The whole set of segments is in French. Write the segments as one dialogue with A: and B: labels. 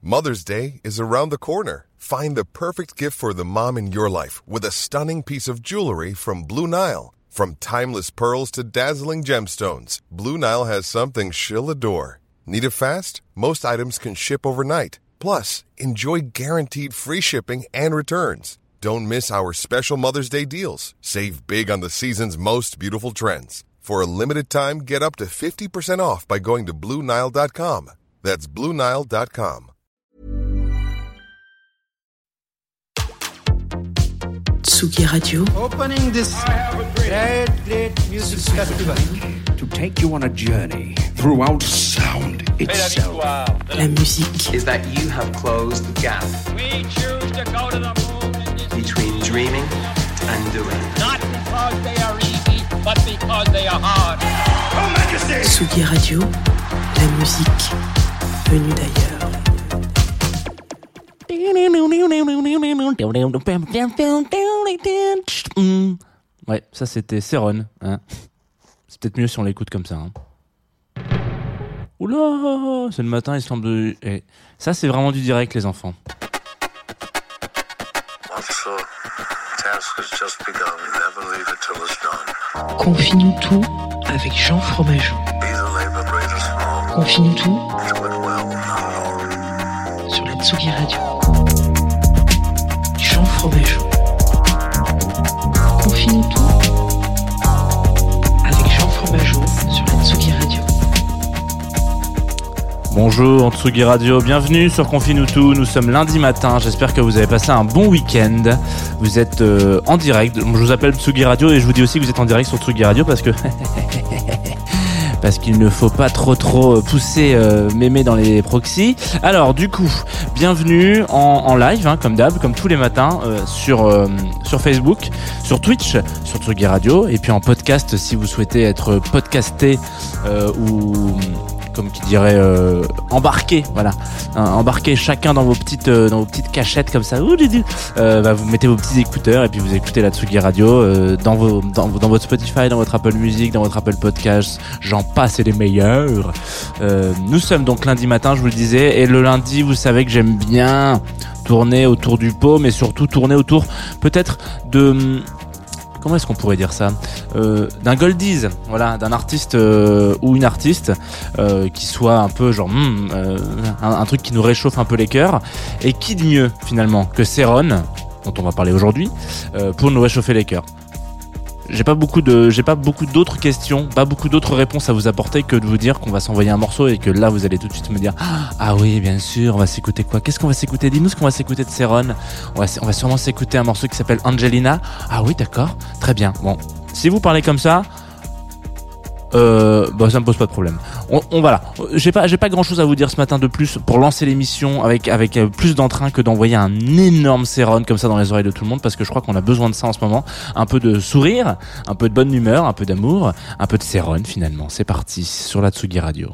A: Mother's Day is around the corner. Find the perfect gift for the mom in your life with a stunning piece of jewelry from Blue Nile. From timeless pearls to dazzling gemstones, Blue Nile has something she'll adore. Need it fast? Most items can ship overnight. Plus, enjoy guaranteed free shipping and returns. Don't miss our special Mother's Day deals. Save big on the season's most beautiful trends. For a limited time, get up to 50% off by going to BlueNile.com. That's BlueNile.com.
B: Tsugi Radio.
C: Opening this great music festival.
D: To take you on a journey throughout sound itself.
B: La musique.
E: Is that you have closed the gap.
F: We choose to go to the moon
E: between dreaming and doing.
F: Not because they are easy, but because they are hard.
C: Oh, Majesty!
B: Tsugi Radio. La musique venue d'ailleurs.
G: Ouais, ça c'était Céron, hein. C'est peut-être mieux si on l'écoute comme ça, hein. Oula, c'est le matin, il semble de... Eh, ça c'est vraiment du direct, les enfants.
B: Confie-nous tout avec Jean Fromageau. Confie-nous tout sur la Tsugi Radio. Jean Fromageau. Confie-nous tout avec Jean Fromageau sur la Tsugi Radio.
G: Bonjour Tsugi Radio, bienvenue sur Confie-nous tout. Nous sommes lundi matin, j'espère que vous avez passé un bon week-end. Vous êtes en direct, je vous appelle Tsugi Radio et je vous dis aussi que vous êtes en direct sur Tsugi Radio parce que... parce qu'il ne faut pas trop pousser mémé dans les proxys. Alors du coup, bienvenue en live, hein, comme d'hab, comme tous les matins, sur Facebook, sur Twitch, sur Tsugi Radio, et puis en podcast si vous souhaitez être podcasté ou... comme qui dirait embarquer, voilà, embarquer chacun dans vos petites cachettes comme ça. Vous mettez vos petits écouteurs et puis vous écoutez la Tsugi Radio dans votre Spotify, dans votre Apple Music, dans votre Apple Podcast, j'en passe et les meilleurs. Nous sommes donc lundi matin, je vous le disais, et le lundi, vous savez que j'aime bien tourner autour du pot, mais surtout tourner autour peut-être de... Comment est-ce qu'on pourrait dire ça, d'un goldies, voilà, d'un artiste ou une artiste qui soit un peu genre un truc qui nous réchauffe un peu les cœurs, et qui de mieux finalement que Céron, dont on va parler aujourd'hui, pour nous réchauffer les cœurs. J'ai pas beaucoup d'autres questions, pas beaucoup d'autres réponses à vous apporter que de vous dire qu'on va s'envoyer un morceau et que là vous allez tout de suite me dire ah oui bien sûr, on va s'écouter quoi, qu'est-ce qu'on va s'écouter, dis-nous ce qu'on va s'écouter de Céron. On va sûrement s'écouter un morceau qui s'appelle Angelina. Ah oui d'accord, très bien. Bon, si vous parlez comme ça, ça me pose pas de problème. On voilà. J'ai pas grand chose à vous dire ce matin de plus pour lancer l'émission avec plus d'entrain que d'envoyer un énorme Céron comme ça dans les oreilles de tout le monde, parce que je crois qu'on a besoin de ça en ce moment. Un peu de sourire, un peu de bonne humeur, un peu d'amour, un peu de Céron finalement. C'est parti sur la Tsugi Radio.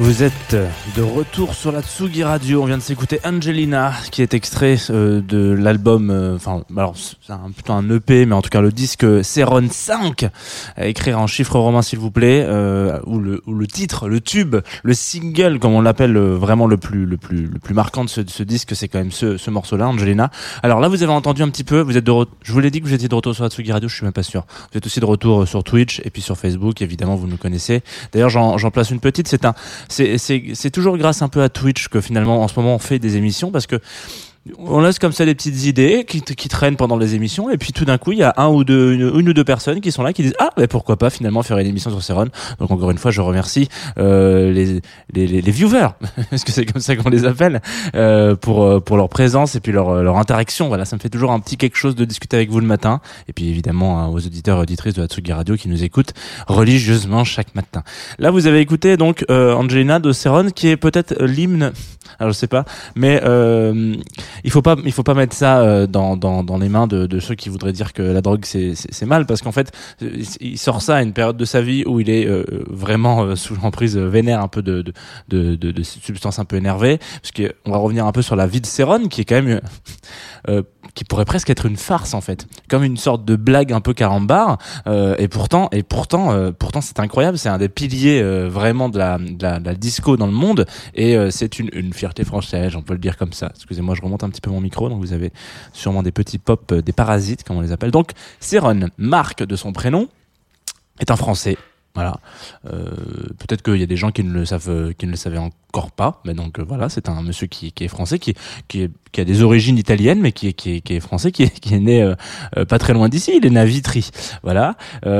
G: Vous êtes de retour sur la Tsugi Radio. On vient de s'écouter Angelina, qui est extrait de l'album, alors c'est plutôt un EP, mais en tout cas le disque Seron 5, à écrire en chiffres romains s'il vous plaît, ou le titre, le tube, le single comme on l'appelle, vraiment le plus marquant de ce disque, c'est quand même ce morceau-là, Angelina. Alors là vous avez entendu un petit peu, je vous l'ai dit que vous étiez de retour sur la Tsugi Radio, je suis même pas sûr. Vous êtes aussi de retour sur Twitch et puis sur Facebook, évidemment vous nous connaissez. D'ailleurs j'en place une petite, c'est toujours grâce un peu à Twitch que finalement en ce moment on fait des émissions, parce que on laisse comme ça des petites idées qui traînent pendant les émissions, et puis tout d'un coup il y a une ou deux personnes qui sont là qui disent mais pourquoi pas finalement faire une émission sur Seron. Donc encore une fois je remercie les viewers parce que c'est comme ça qu'on les appelle, pour leur présence et puis leur interaction. Voilà, ça me fait toujours un petit quelque chose de discuter avec vous le matin, et puis évidemment aux auditeurs et auditrices de la Tsugi Radio qui nous écoutent religieusement chaque matin. Là vous avez écouté donc Angelina de Seron, qui est peut-être l'hymne, alors je sais pas, mais il faut pas mettre ça dans les mains de ceux qui voudraient dire que la drogue c'est mal, parce qu'en fait il sort ça à une période de sa vie où il est vraiment sous l'emprise vénère un peu de substances un peu énervées, parce que on va revenir un peu sur la vie de Seron, qui est quand même qui pourrait presque être une farce en fait, comme une sorte de blague un peu carambar, et pourtant c'est incroyable, c'est un des piliers vraiment de la disco dans le monde, et c'est une fierté française, on peut le dire comme ça. Excusez-moi, je remonte un petit peu mon micro, donc vous avez sûrement des petits pop, des parasites comme on les appelle. Donc Seron, Marc de son prénom, est un Français. Voilà. Peut-être qu'il y a des gens qui ne le savaient encore pas, mais donc voilà, c'est un monsieur qui est français, qui a des origines italiennes, mais qui est français, qui est né pas très loin d'ici. Il est né à Vitry, voilà.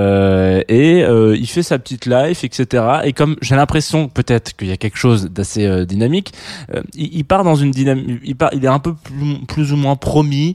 G: Et il fait sa petite life, etc. Et comme j'ai l'impression peut-être qu'il y a quelque chose d'assez dynamique, il part dans une dynamique. Il est un peu plus ou moins promis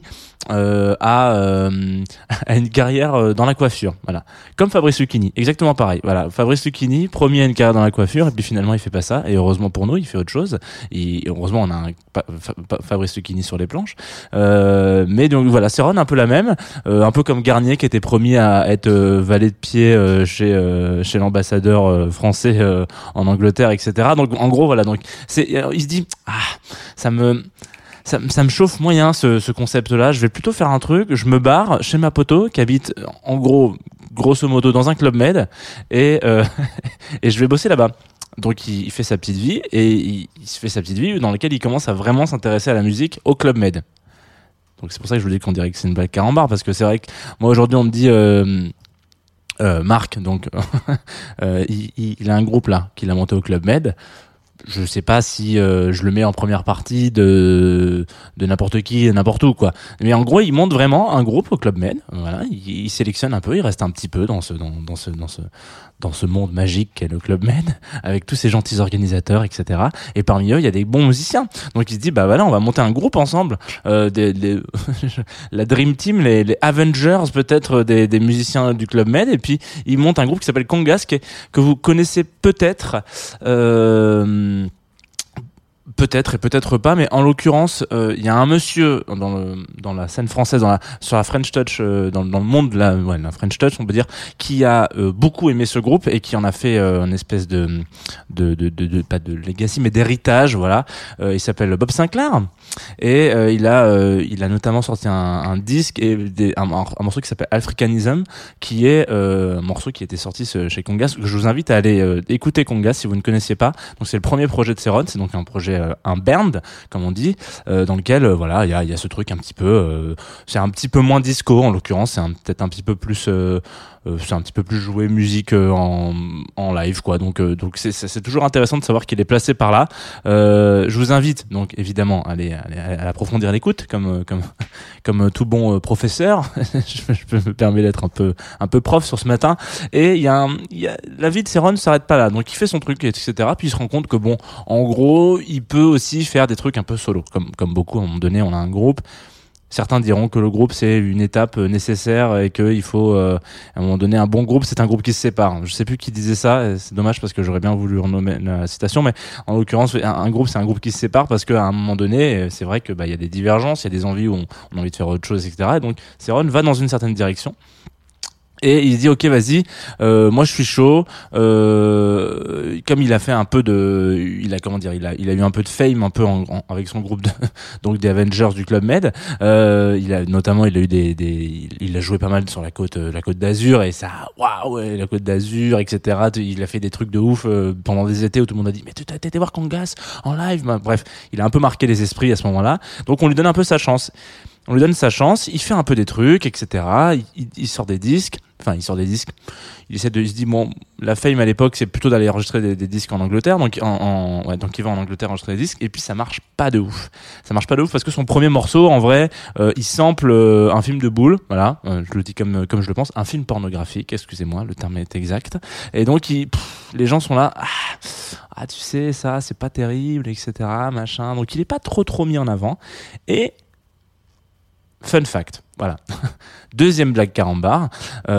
G: à une carrière dans la coiffure, voilà, comme Fabrice Lucchini, exactement pareil. Voilà, Fabrice Lucchini, promis à une carrière dans la coiffure, et puis finalement il fait pas ça, et heureusement pour nous il fait autre chose, et heureusement on a Fabrice Lucchini sur les planches, mais donc voilà, Seron un peu la même, un peu comme Garnier qui était promis à être valet de pied chez l'ambassadeur français en Angleterre, etc. Donc en gros voilà, donc il se dit ça me chauffe moyen ce concept-là. Je vais plutôt faire un truc. Je me barre chez ma poteau qui habite en gros, grosso modo, dans un Club Med, et je vais bosser là-bas. Donc il fait sa petite vie, et il se fait sa petite vie dans laquelle il commence à vraiment s'intéresser à la musique au Club Med. Donc c'est pour ça que je vous dis qu'on dirait que c'est une blague carambar, parce que c'est vrai que moi aujourd'hui on me dit Marc, donc il a un groupe là qu'il a monté au Club Med. Je sais pas si je le mets en première partie de n'importe qui, n'importe où, quoi. Mais en gros, il monte vraiment un groupe au Club Med. Voilà, il sélectionne un peu, il reste un petit peu dans ce monde magique qu'est le Club Med, avec tous ces gentils organisateurs, etc. Et parmi eux, il y a des bons musiciens. Donc il se dit, bah voilà, on va monter un groupe ensemble, la Dream Team, les Avengers peut-être des musiciens du Club Med. Et puis il monte un groupe qui s'appelle Congas, que vous connaissez peut-être. Peut-être et peut-être pas, mais en l'occurrence, il y a un monsieur dans la scène française, sur la French Touch, dans le monde de la French Touch, on peut dire, qui a beaucoup aimé ce groupe et qui en a fait une espèce de pas de legacy, mais d'héritage, voilà. Il s'appelle Bob Sinclair, et il a notamment sorti un disque et un morceau qui s'appelle Africanism, qui est un morceau qui était sorti chez Congas. Je vous invite à aller écouter Congas si vous ne connaissiez pas. Donc c'est le premier projet de Seron, c'est donc un projet, un band comme on dit, dans lequel voilà il y a ce truc un petit peu, c'est un petit peu moins disco en l'occurrence, c'est peut-être un petit peu plus c'est un petit peu plus joué musique en live, quoi. Donc c'est toujours intéressant de savoir qu'il est placé par là. Je vous invite donc évidemment à aller approfondir l'écoute comme tout bon professeur. je me permets d'être un peu prof sur ce matin. Et il y a la vie de Seron ne s'arrête pas là. Donc il fait son truc, etc. Puis il se rend compte que bon, en gros, il peut aussi faire des trucs un peu solo, comme beaucoup. À un moment donné, on a un groupe. Certains diront que le groupe c'est une étape nécessaire et qu'il faut à un moment donné, un bon groupe c'est un groupe qui se sépare. Je sais plus qui disait ça, c'est dommage parce que j'aurais bien voulu renommer la citation, mais en l'occurrence un groupe c'est un groupe qui se sépare parce qu'à un moment donné c'est vrai que il y a des divergences, il y a des envies où on a envie de faire autre chose, etc. Et donc Seron va dans une certaine direction. Et il dit ok vas-y, moi je suis chaud. Comme il a fait un peu il a eu un peu de fame un peu avec son groupe donc des Avengers du Club Med. Il a joué pas mal sur la côte d'Azur et ça waouh la côte d'Azur etc. Il a fait des trucs de ouf pendant des étés où tout le monde a dit mais tu t'as été voir Congas en live. Bref, il a un peu marqué les esprits à ce moment-là. Donc on lui donne un peu sa chance. Il fait un peu des trucs, etc. Il sort des disques. Il se dit bon, la fame à l'époque, c'est plutôt d'aller enregistrer des disques en Angleterre. Donc il va en Angleterre enregistrer des disques. Et puis ça marche pas de ouf parce que son premier morceau, en vrai, il sample un film de boule. Voilà, je le dis comme je le pense, un film pornographique. Excusez-moi, le terme est exact. Et donc les gens sont là. Ah, tu sais, ça, c'est pas terrible, etc. Machin. Donc il est pas trop mis en avant. Et fun fact, voilà. Deuxième blague carambar.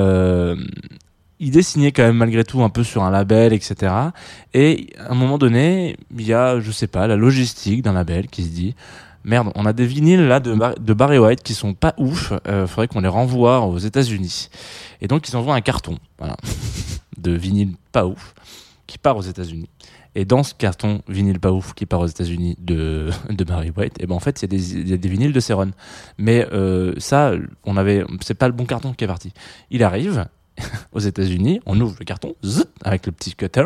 G: Il est signé quand même malgré tout un peu sur un label, etc. Et à un moment donné, il y a, je sais pas, la logistique d'un label qui se dit merde, on a des vinyles là de Barry White qui sont pas ouf, faudrait qu'on les renvoie aux États-Unis. Et donc ils envoient un carton, voilà, de vinyle pas ouf qui part aux États-Unis. Et dans ce carton vinyle pas ouf qui part aux États-Unis de Barry White, et ben en fait il y a des vinyles de Céron. Mais c'est pas le bon carton qui est parti. Il arrive aux États-Unis, on ouvre le carton avec le petit cutter.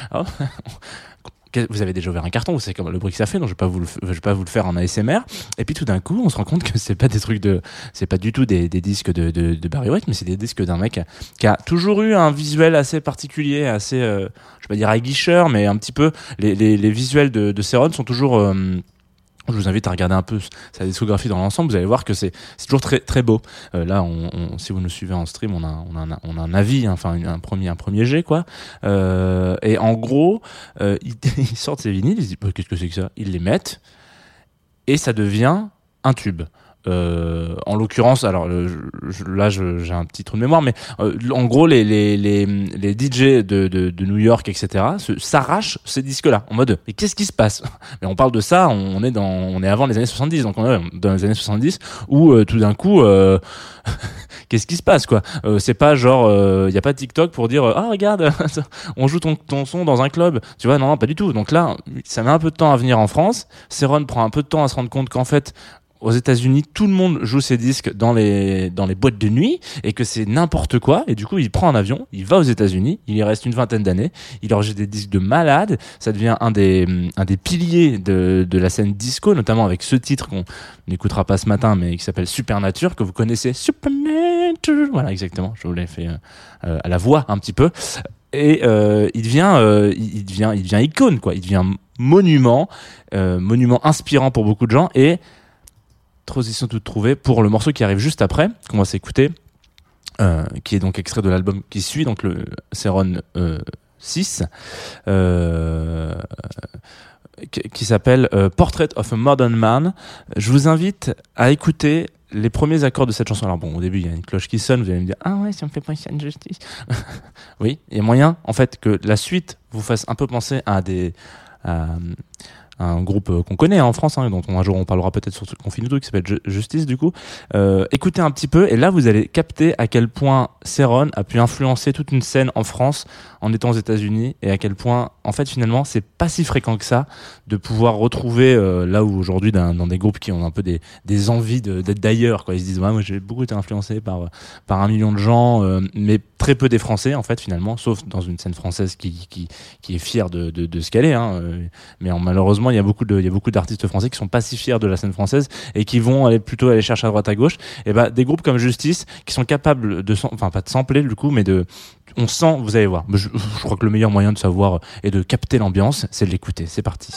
G: Vous avez déjà ouvert un carton, vous savez comment le bruit que ça fait, donc je vais pas vous le faire en ASMR. Et puis tout d'un coup, on se rend compte que c'est pas du tout des disques de Barry White, mais c'est des disques d'un mec qui a toujours eu un visuel assez particulier, assez, je vais pas dire aguicheur, mais un petit peu, les visuels de Céron sont toujours, je vous invite à regarder un peu sa discographie dans l'ensemble. Vous allez voir que c'est toujours très très beau. Là, si vous nous suivez en stream, on a un avis, hein, enfin un premier jet quoi. Et en gros, ils sortent ces vinyles, ils se disent qu'est-ce que c'est que ça ? Ils les mettent et ça devient un tube. En l'occurrence, alors j'ai un petit trou de mémoire, mais en gros les DJ de New York, etc. s'arrachent ces disques-là en mode mais qu'est-ce qui se passe ? Mais on parle de ça, on est avant les années 70, donc on est dans les années 70 où tout d'un coup qu'est-ce qui se passe quoi ? C'est pas genre y a pas de TikTok pour dire ah regarde on joue ton son dans un club, tu vois, non pas du tout. Donc là ça met un peu de temps à venir en France. Céron prend un peu de temps à se rendre compte qu'en fait aux États-Unis, tout le monde joue ses disques dans les boîtes de nuit et que c'est n'importe quoi. Et du coup, il prend un avion, il va aux États-Unis, il y reste une vingtaine d'années, il enregistre des disques de malade. Ça devient un des piliers de la scène disco, notamment avec ce titre qu'on n'écoutera pas ce matin, mais qui s'appelle Supernature, que vous connaissez. Supernature, voilà exactement. Je vous l'ai fait à la voix un petit peu. Et il devient icône quoi. Il devient monument inspirant pour beaucoup de gens et transition toute trouvée pour le morceau qui arrive juste après, qu'on va s'écouter, qui est donc extrait de l'album qui suit, donc le Céron 6, qui s'appelle Portrait of a Modern Man. Je vous invite à écouter les premiers accords de cette chanson. Alors bon, au début, il y a une cloche qui sonne, vous allez me dire « Ah ouais, ça me fait penser à Injustice ». Oui, il y a moyen, en fait, que la suite vous fasse un peu penser à un groupe qu'on connaît en France, hein, dont un jour on parlera peut-être sur Confinuto, qui s'appelle Justice du coup. Écoutez un petit peu et là vous allez capter à quel point Céron a pu influencer toute une scène en France en étant aux États-Unis et à quel point en fait finalement c'est pas si fréquent que ça de pouvoir retrouver là où aujourd'hui dans des groupes qui ont un peu des envies d'être d'ailleurs quoi. Ils se disent ouais, moi j'ai beaucoup été influencé par 1 million de gens mais très peu des Français en fait finalement, sauf dans une scène française qui est fière de ce qu'elle est hein, mais malheureusement il y a beaucoup d'artistes français qui sont pas si fiers de la scène française et qui vont plutôt aller chercher à droite à gauche. Et des groupes comme Justice qui sont capables pas de sampler du coup, mais on sent, vous allez voir. Je crois que le meilleur moyen de savoir et de capter l'ambiance, c'est de l'écouter. C'est parti.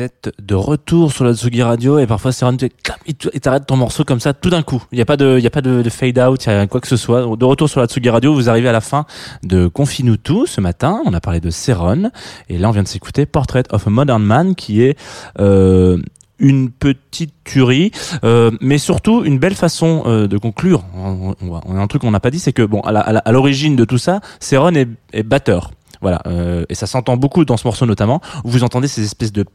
G: êtes de retour sur la Tsugi Radio et parfois Seron il t'arrête ton morceau comme ça tout d'un coup. Il y a pas de fade out, il y a quoi que ce soit. De retour sur la Tsugi Radio, vous arrivez à la fin de Confie-nous tout ce matin. On a parlé de Seron et là on vient de s'écouter Portrait of a Modern Man qui est une petite tuerie, mais surtout une belle façon de conclure. On a un truc qu'on n'a pas dit, c'est que bon, à l'origine de tout ça, Seron est batteur. Voilà, et ça s'entend beaucoup dans ce morceau notamment, où vous entendez ces espèces de...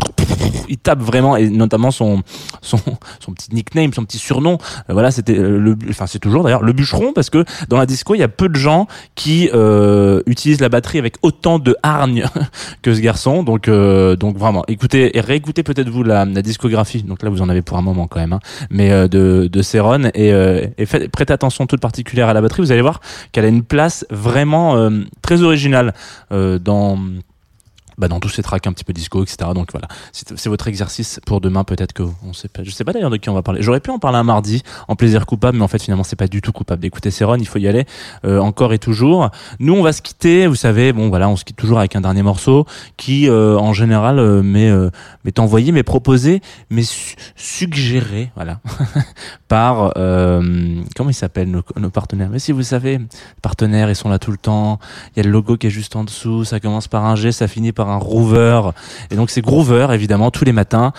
G: Il tape vraiment, et notamment son petit nickname, son petit surnom. Voilà, c'était c'est toujours d'ailleurs le bûcheron, parce que dans la disco, il y a peu de gens qui utilisent la batterie avec autant de hargne que ce garçon. Donc vraiment, écoutez et réécoutez peut-être vous la discographie. Donc là, vous en avez pour un moment quand même, hein, mais de Seron et prêtez attention toute particulière à la batterie. Vous allez voir qu'elle a une place vraiment très originale dans tous ces tracks un petit peu disco, etc. Donc voilà, c'est votre exercice pour demain. Peut-être que je sais pas d'ailleurs de qui on va parler. J'aurais pu en parler un mardi en plaisir coupable, mais en fait finalement c'est pas du tout coupable d'écouter Seron. Il faut y aller encore et toujours. Nous on va se quitter, vous savez, bon voilà, on se quitte toujours avec un dernier morceau qui en général m'est envoyé, m'est proposé, m'est suggéré, voilà, par comment ils s'appellent nos partenaires. Mais si vous savez, les partenaires ils sont là tout le temps. Il y a le logo qui est juste en dessous, ça commence par un G, ça finit par un Groover, et donc c'est Groover évidemment tous les matins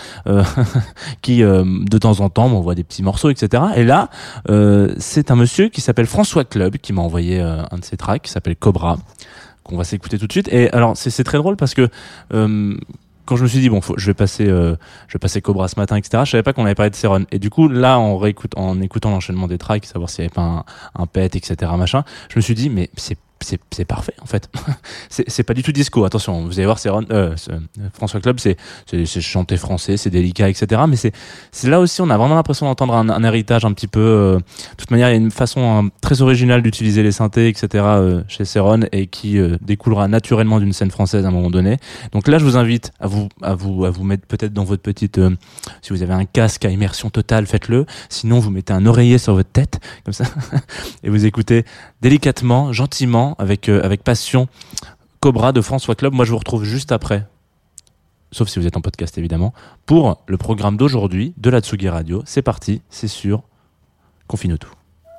G: qui de temps en temps m'envoie des petits morceaux, etc. Et là c'est un monsieur qui s'appelle François Club qui m'a envoyé un de ses tracks qui s'appelle Cobra, qu'on va s'écouter tout de suite. Et alors c'est très drôle parce que quand je me suis dit je vais passer Cobra ce matin, etc., je savais pas qu'on avait parlé de Seron, et du coup là en écoutant l'enchaînement des tracks, savoir s'il y avait pas un pet, etc., machin, je me suis dit mais c'est parfait en fait. c'est pas du tout disco, attention, vous allez voir, François Club c'est chanté français, c'est délicat, etc., mais c'est là aussi on a vraiment l'impression d'entendre un héritage un petit peu de toute manière il y a une façon très originale d'utiliser les synthés, etc., chez Seron, et qui découlera naturellement d'une scène française à un moment donné. Donc là je vous invite à vous mettre peut-être dans votre petite si vous avez un casque à immersion totale, faites-le, sinon vous mettez un oreiller sur votre tête comme ça et vous écoutez délicatement, gentiment, avec passion, Cobra de François Club. Moi je vous retrouve juste après, sauf si vous êtes en podcast évidemment, pour le programme d'aujourd'hui de la Tsugi Radio. C'est parti, c'est sur Confie-nous tout.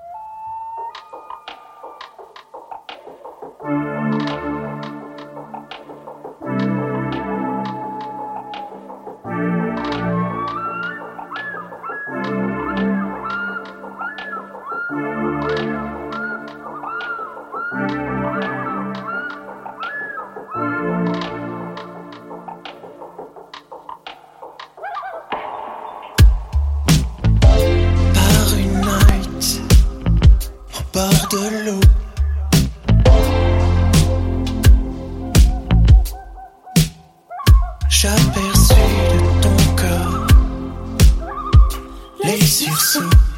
H: De l'eau, j'aperçus de ton corps les sursauts.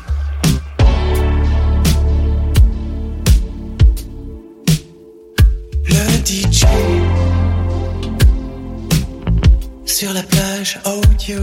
H: Le DJ sur la plage audio.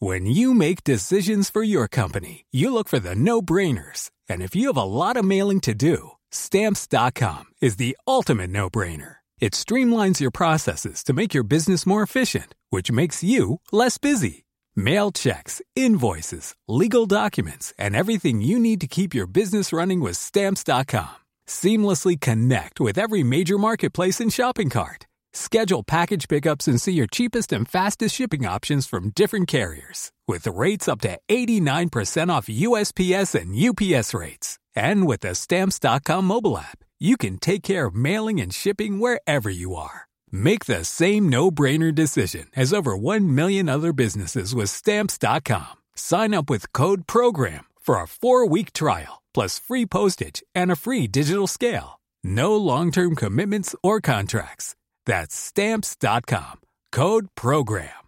I: When you make decisions for your company, you look for the no-brainers. And if you have a lot of mailing to do, Stamps.com is the ultimate no-brainer. It streamlines your processes to make your business more efficient, which makes you less busy. Mail checks, invoices, legal documents, and everything you need to keep your business running with Stamps.com. Seamlessly connect with every major marketplace and shopping cart. Schedule package pickups and see your cheapest and fastest shipping options from different carriers, with rates up to 89% off USPS and UPS rates. And with the Stamps.com mobile app, you can take care of mailing and shipping wherever you are. Make the same no-brainer decision as over 1 million other businesses with Stamps.com. Sign up with code PROGRAM for a 4-week trial, plus free postage and a free digital scale. No long-term commitments or contracts. That's Stamps.com. Code PROGRAM.